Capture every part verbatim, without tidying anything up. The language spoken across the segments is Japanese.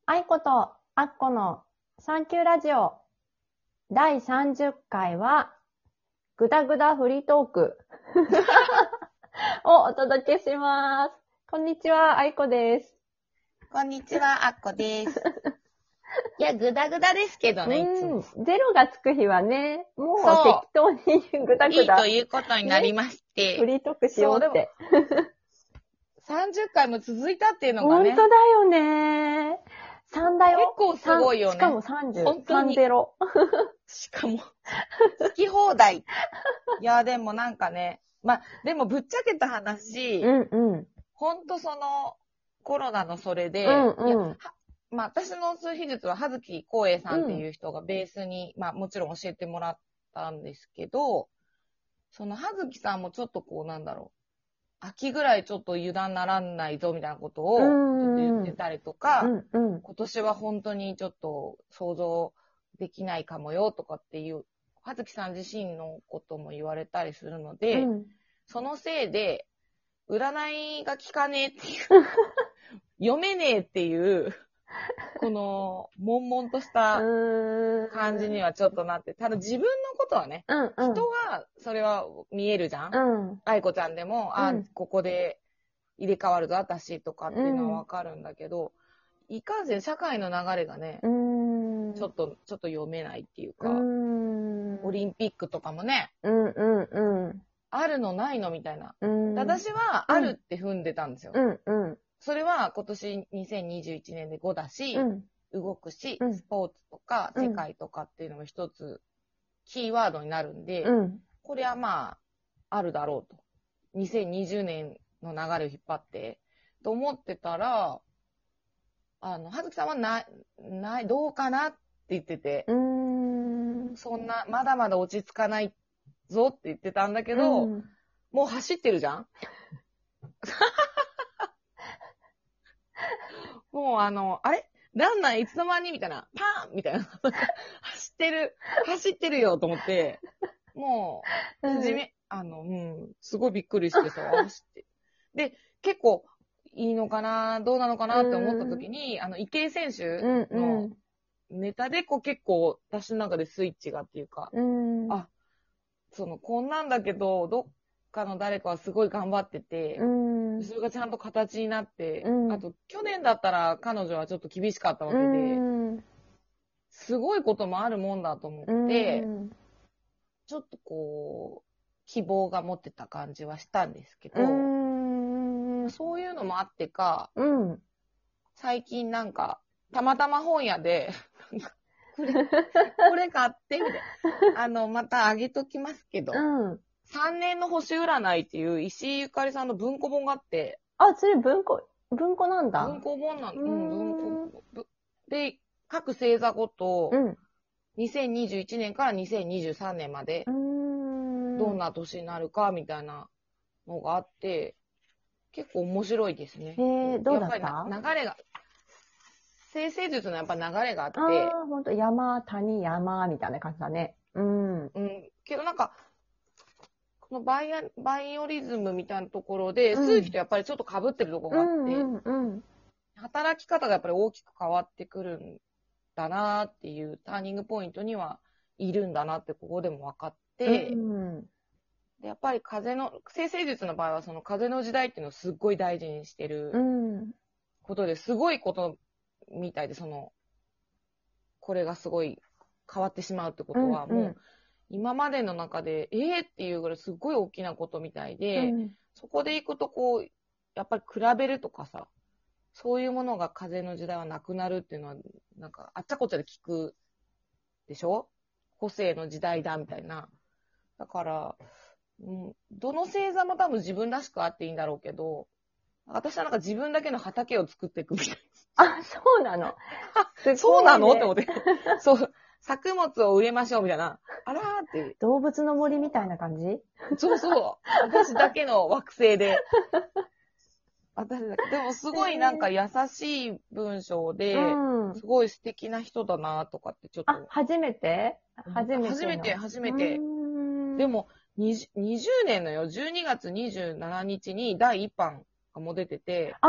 愛子とアッコのサンキューラジオだいさんじゅっかいはグダグダフリートークをお届けします。こんにちは、愛子です。 こんにちは、あっこです。いや、ぐだぐだですけどね、いつも。 ゼロがつく日はね、もう適当にグダグダ。 いいということになりまして。 ね、フリートークしようって。 さんじゅっかいも続いたっていうのがね。 本当だよね。さんだよ。 結構すごいよね。 しかもさんじゅう。本当に。さんゼロ。 しかも、好き放題。いや、でもなんかね、まあ、でもぶっちゃけた話、 うんうん。 ほんとその、コロナのそれで、 うんうん、 いやまあ、私の数秘術は、葉月光栄さんっていう人がベースに、うん、まあ、もちろん教えてもらったんですけど、その葉月さんもちょっとこう、なんだろう、秋ぐらいちょっと油断ならんないぞみたいなことを、ちょっと言ってたりとか、うんうん、今年は本当にちょっと想像できないかもよとかっていう、葉月さん自身のことも言われたりするので、うん、そのせいで、占いが効かねえっていう、読めねえっていう、この、悶々とした感じにはちょっとなって、ただ自分のことはね、うんうん、人はそれは見えるじゃん、うん、愛子ちゃんでも、うん、あ、ここで入れ替わるぞ、私とかっていうのはわかるんだけど、うん、いかんせん社会の流れがね、うん、ちょっと、ちょっと読めないっていうか、うん、オリンピックとかもね、うんうんうん、あるのないのみたいな。うん、私はあるって踏んでたんですよ。うんうん、それは今年にせんにじゅういちねんでごだし、うん、動くし、うん、スポーツとか世界とかっていうのも一つキーワードになるんで、うん、これはまあ、あるだろうと。にせんにじゅうねんの流れを引っ張って、と思ってたら、あの、はずきさんはない、ない、どうかなって言ってて、うーん、そんな、まだまだ落ち着かないぞって言ってたんだけど、うん、もう走ってるじゃんもうあの、あれランナーいつの間にみたいな、パーンみたいな。走ってる、走ってるよと思って、もう、はじめ、あの、うん、すごいびっくりしてさ、走って。で、結構、いいのかな、どうなのかなって思った時に、あの、池江選手のネタで、こう結構、私の中でスイッチがっていうか、あ、その、こんなんだけど、どっかの誰かはすごい頑張ってて、それがちゃんと形になって、うん、あと去年だったら彼女はちょっと厳しかったわけで、うん、すごいこともあるもんだと思って、うん、ちょっとこう、希望が持ってた感じはしたんですけど、うん、そういうのもあってか、うん、最近なんか、たまたま本屋で、これ、これ買ってみたいな。あの、またあげときますけど、うんさんねんの星占いっていう石井ゆかりさんの文庫本があって。 あ、それ文庫、文庫なんだ。 文庫本なんだ。うん、文庫。で、各星座ごと、うん、にせんにじゅういちねんからにせんにじゅうさんねんまで、どんな年になるかみたいなのがあって、結構面白いですね。 へー、どうだった？ やっぱり流れが、星星術のやっぱ流れがあって。ああ、ほんと、山、谷、山、みたいな感じだね。うん。 うん。けどなんか、このバイア、バイオリズムみたいなところで、うん、数奇とやっぱりちょっと被ってるところがあって、うんうんうん、働き方がやっぱり大きく変わってくるんだなっていうターニングポイントにはいるんだなってここでも分かって、うん、でやっぱり風の、星星術の場合はその風の時代っていうのをすっごい大事にしてることですごいことみたいで、その、これがすごい変わってしまうってことはもう、うんうん今までの中で、えーっていうぐらいすっごい大きなことみたいで、うん、そこで行くとこう、やっぱり比べるとかさ、そういうものが風の時代はなくなるっていうのは、なんかあっちゃこっちゃで聞くでしょ？個性の時代だみたいな。だから、うん、どの星座も多分自分らしくあっていいんだろうけど、私はなんか自分だけの畑を作っていくみたいな。あ、そうなの。 ね、そうなのって思って。そう。作物を植えましょうみたいな。あらーって。 動物の森みたいな感じ？ そうそう。私だけの惑星で。私だけ。でもすごいなんか優しい文章で、うん、すごい素敵な人だなとかってちょっと。 あ、初めて初めて初めて、初めて。でもにじゅうねんのよ、じゅうにがつにじゅうしちにちにだいいっぱんがもう出てて。 あ、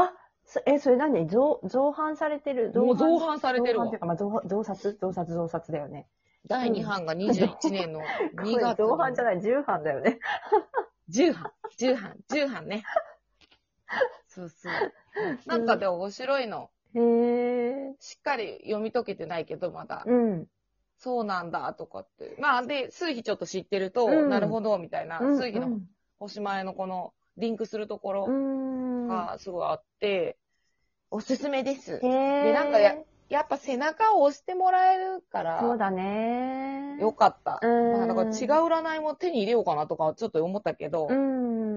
そえ、それ何増、増版されてるもう増版されてるわ増版っていうか、まあ、増、増刷増刷増刷だよね。 だいに版がにじゅういちねんのにがつに。 増版じゃない、重版だよね。 じゅう版、じゅう版、じゅう版ね。そうそう。なんかで面白いの。 へえ。 しっかり読み解けてないけど、まだ。 うん。 そうなんだ、とかって。まあ、で、数比ちょっと知ってると、 うんなるほど、みたいな、 うん数比の星前のこの、リンクするとこうろん。 がすごいあって、おすすめです。 へえ。 で、なんかや、やっぱ背中を押してもらえるから、 そうだね。 よかった。 うん。 まあ、だから違う占いも手に入れようかなとかちょっと思ったけど、 うん。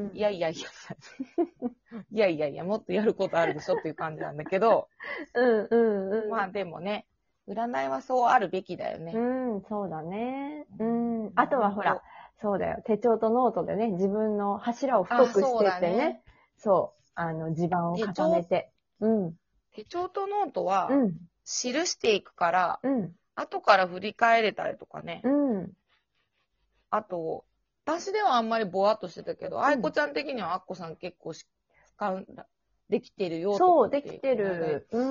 いやいやいやいやいやいや、もっとやることあるでしょっていう感じなんだけど、 うんうんうん。 まあでもね、占いはそうあるべきだよね。 うん、そうだね。うん。あとはほら、そうだよ。手帳とノートでね、自分の柱を太くしてってね。 ねそう。あの、地盤を固めて。うん。 手帳とノートは、 うん。 記していくから、 うん。 後から振り返れたりとかね。 うん。 あと、私ではあんまりぼわっとしてたけど、愛子ちゃん的にはあっこさん結構使うんだ。できてるよとかそう、できてる。うん。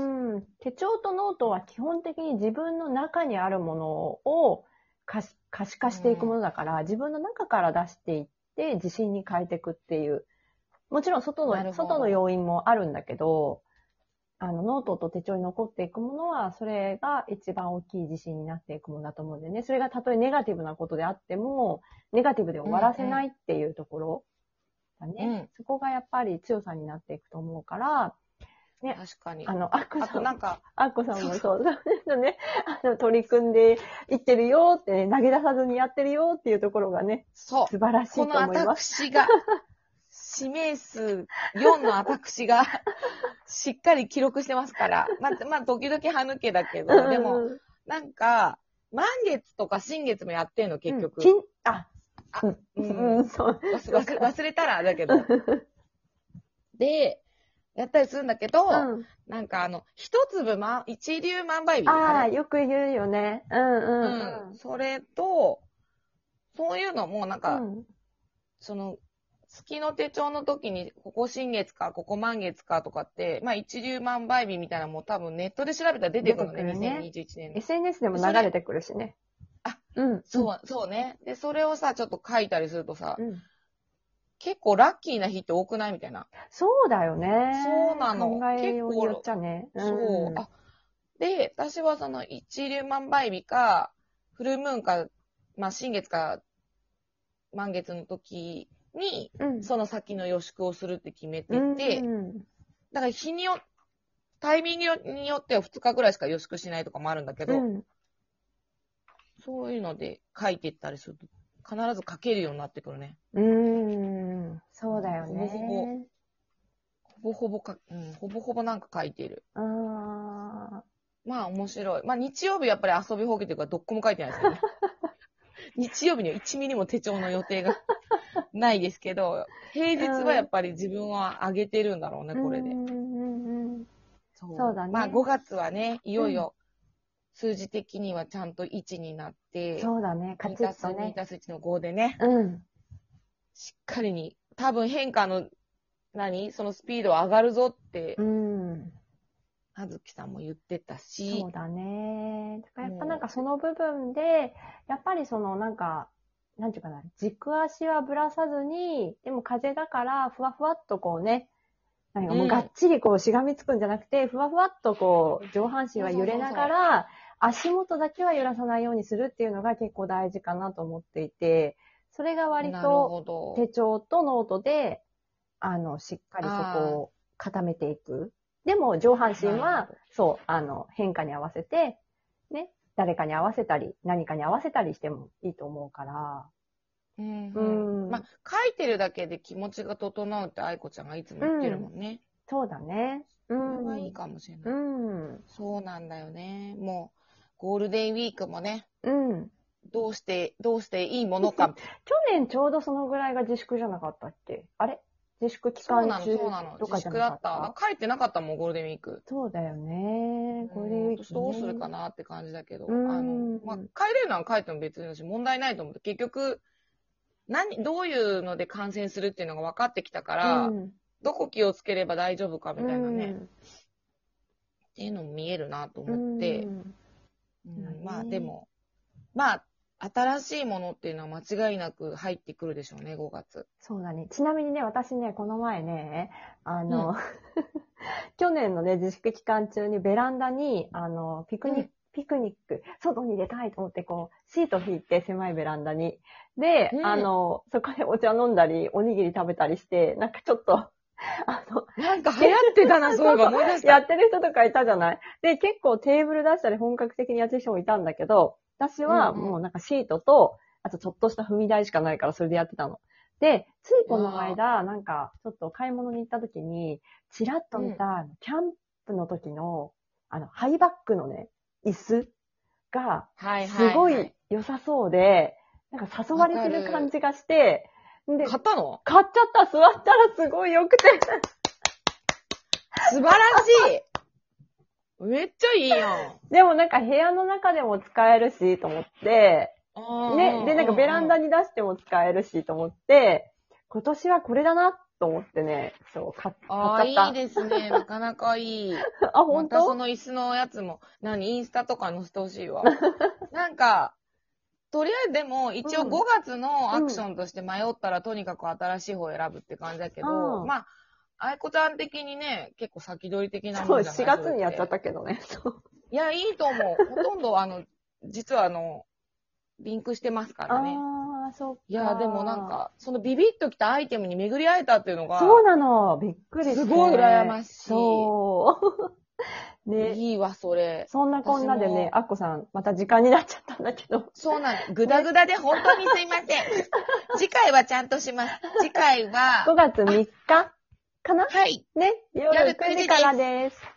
手帳とノートは基本的に自分の中にあるものを可視可視化していくものだから、うん、自分の中から出していって自信に変えていくっていう。もちろん外の、外の要因もあるんだけど、あの、ノートと手帳に残っていくものは、それが一番大きい自信になっていくものだと思うんでね。それがたとえネガティブなことであっても、ネガティブで終わらせないっていうところだね。うんうん、そこがやっぱり強さになっていくと思うから、ね。 確かに。 あの、あっこさん。あとなんか、 あっこさんもそう。そうね。あの、取り組んでいってるよってね、投げ出さずにやってるよっていうところがね。 そう。 素晴らしいと思います。この私が、指名数よんの私が、しっかり記録してますから。まあ、まあ、時々歯抜けだけど、でも、なんか、満月とか新月もやってんの、結局。 うん、あ、 あ、うん、うん、そう忘。忘れたらだけど。で、やったりするんだけど、うん、なんかあの、一粒ま、一粒万倍日。 ああ、よく言うよね。うんうん、うん、 うん。それと、そういうのもなんか、うん、その、月の手帳の時に、ここ新月か、ここ満月かとかって、まあ一粒万倍日みたいなのも多分ネットで調べたら出てくるのね、ねにせんにじゅういちねんの。 エスエヌエス でも流れてくるしね。 あ、うん。そう、そうね。で、それをさ、ちょっと書いたりするとさ、うん、結構ラッキーな日って多くないみたいな。 そうだよね。 そうなの。 考えようによっちゃね。 うん、そう。あ、で、私はその一粒万倍日か、フルムーンか、まあ新月か、満月の時に、うん、その先の予祝をするって決めてて、うんうん、だから日によ、タイミングによってはふつかぐらいしか予祝しないとかもあるんだけど、うん、そういうので書いていったりすると、必ず書けるようになってくるね。 うーん、そうだよね。 ほぼほぼ、ほぼほぼか、うん、ほぼほぼなんか書いてる。 あーまあ面白い。まあ日曜日やっぱり遊びほうけてるからどっこも書いてないですよね。日曜日にはいちミリも手帳の予定がないですけど、平日はやっぱり自分は上げてるんだろうね、これで。うんうんうん、そう。そうだね。まあごがつはね、いよいよ数字的にはちゃんといちになって、 うん、そうだね、カチッとね。 にたすにたすいちのごでね、 うん、 しっかりに、多分変化の、何そのスピード上がるぞって、 うん、 はずきさんも言ってたし。 そうだね。だからやっぱなんかその部分で、やっぱりそのなんか、なんていうかな、軸足はぶらさずに、でも風だからふわふわっとこうね、なんかもうがっちりこうしがみつくんじゃなくて、うん、ふわふわっとこう上半身は揺れながら、そうそうそう足元だけは揺らさないようにするっていうのが結構大事かなと思っていて、それが割と手帳とノートで、あの、しっかりそこを固めていく。でも上半身は、そう、あの、変化に合わせて、ね、誰かに合わせたり、何かに合わせたりしてもいいと思うから。 うん、うん。まあ、書いてるだけで気持ちが整うって愛子ちゃんがいつも言ってるもんね。 うん、そうだね。 うん。それはいいかもしれない。 うん。 そうなんだよね。もう、ゴールデンウィークもね。 うん。 どうして、どうしていいものか。 去年ちょうどそのぐらいが自粛じゃなかったっけ？あれ自粛期間中とかじゃなかった？そうなの、そうなの。自粛だった。書いてなかったもん、ゴールデンウィーク。 そうだよね。ゴールデンウィーク、ね。 私どうするかなって感じだけど。あの、まあ、帰れるのは帰っても別にし問題ないと思って、結局、何、どういうので感染するっていうのが分かってきたから、うん、 どこ気をつければ大丈夫かみたいなね、 うんっていうのも見えるなと思って、 うんうん、まあでも、まあ、新しいものっていうのは間違いなく入ってくるでしょうね、ごがつ。 そうだね。ちなみにね、私ね、この前ね、あの、 うん去年のね、自粛期間中にベランダに、あの、ピクニック、 うんピクニック、外に出たいと思って、こう、シート引いて、狭いベランダに。で、 うんあの、そこでお茶飲んだり、おにぎり食べたりして、なんかちょっと、あの、 なんか流行ってたな、そういえば思い出した。 やってる人とかいたじゃない。で、結構テーブル出したり本格的にやってる人もいたんだけど、私はうんうんもうなんかシートと、あとちょっとした踏み台しかないからそれでやってたの。で、ついこの間、なんかちょっと買い物に行った時に、ちらっと見た、キャンプの時の、あの、ハイバックのね、椅子が、 はいすはいはい、 ごい良さそうで、なんか誘われてる感じがして、で、 買ったの？ 買っちゃった。座ったらすごい良くて。 素晴らしい。めっちゃいいやん。 でもなんか部屋の中でも使えるし、と思って、ね、で、なんかベランダに出しても使えるし、と思って、今年はこれだな、と思ってね、そう、買っああ、いいですね。なかなかいい。 あ、本当？ またその椅子のやつも、何、インスタとか載せてほしいわ。なんか、とりあえずでも、一応うんごがつのアクションとして迷ったら、とにかく新しい方を選ぶって感じだけど、 うんまあ、愛子ちゃん的にね、結構先取り的なそう、 もんじゃない？ しがつにやっちゃっそれたけどね。そう。 いや、いいと思う。ほとんど、あの、実はあの、リンクしてますからね。 ああ、そっか。 いや、でもなんか、そのビビッときたアイテムに巡り会えたっていうのが、 そうなの。びっくりして。 すごい羨ましい。 そう。ね。 いいわ、それ。 そんなこんなでね、 私もアッコさん、また時間になっちゃったんだけど。 そうなの。ぐだぐだで本当にすいません。次回はちゃんとします。次回は、 ごがつみっかかなはい。 ね。夜夜くじからです。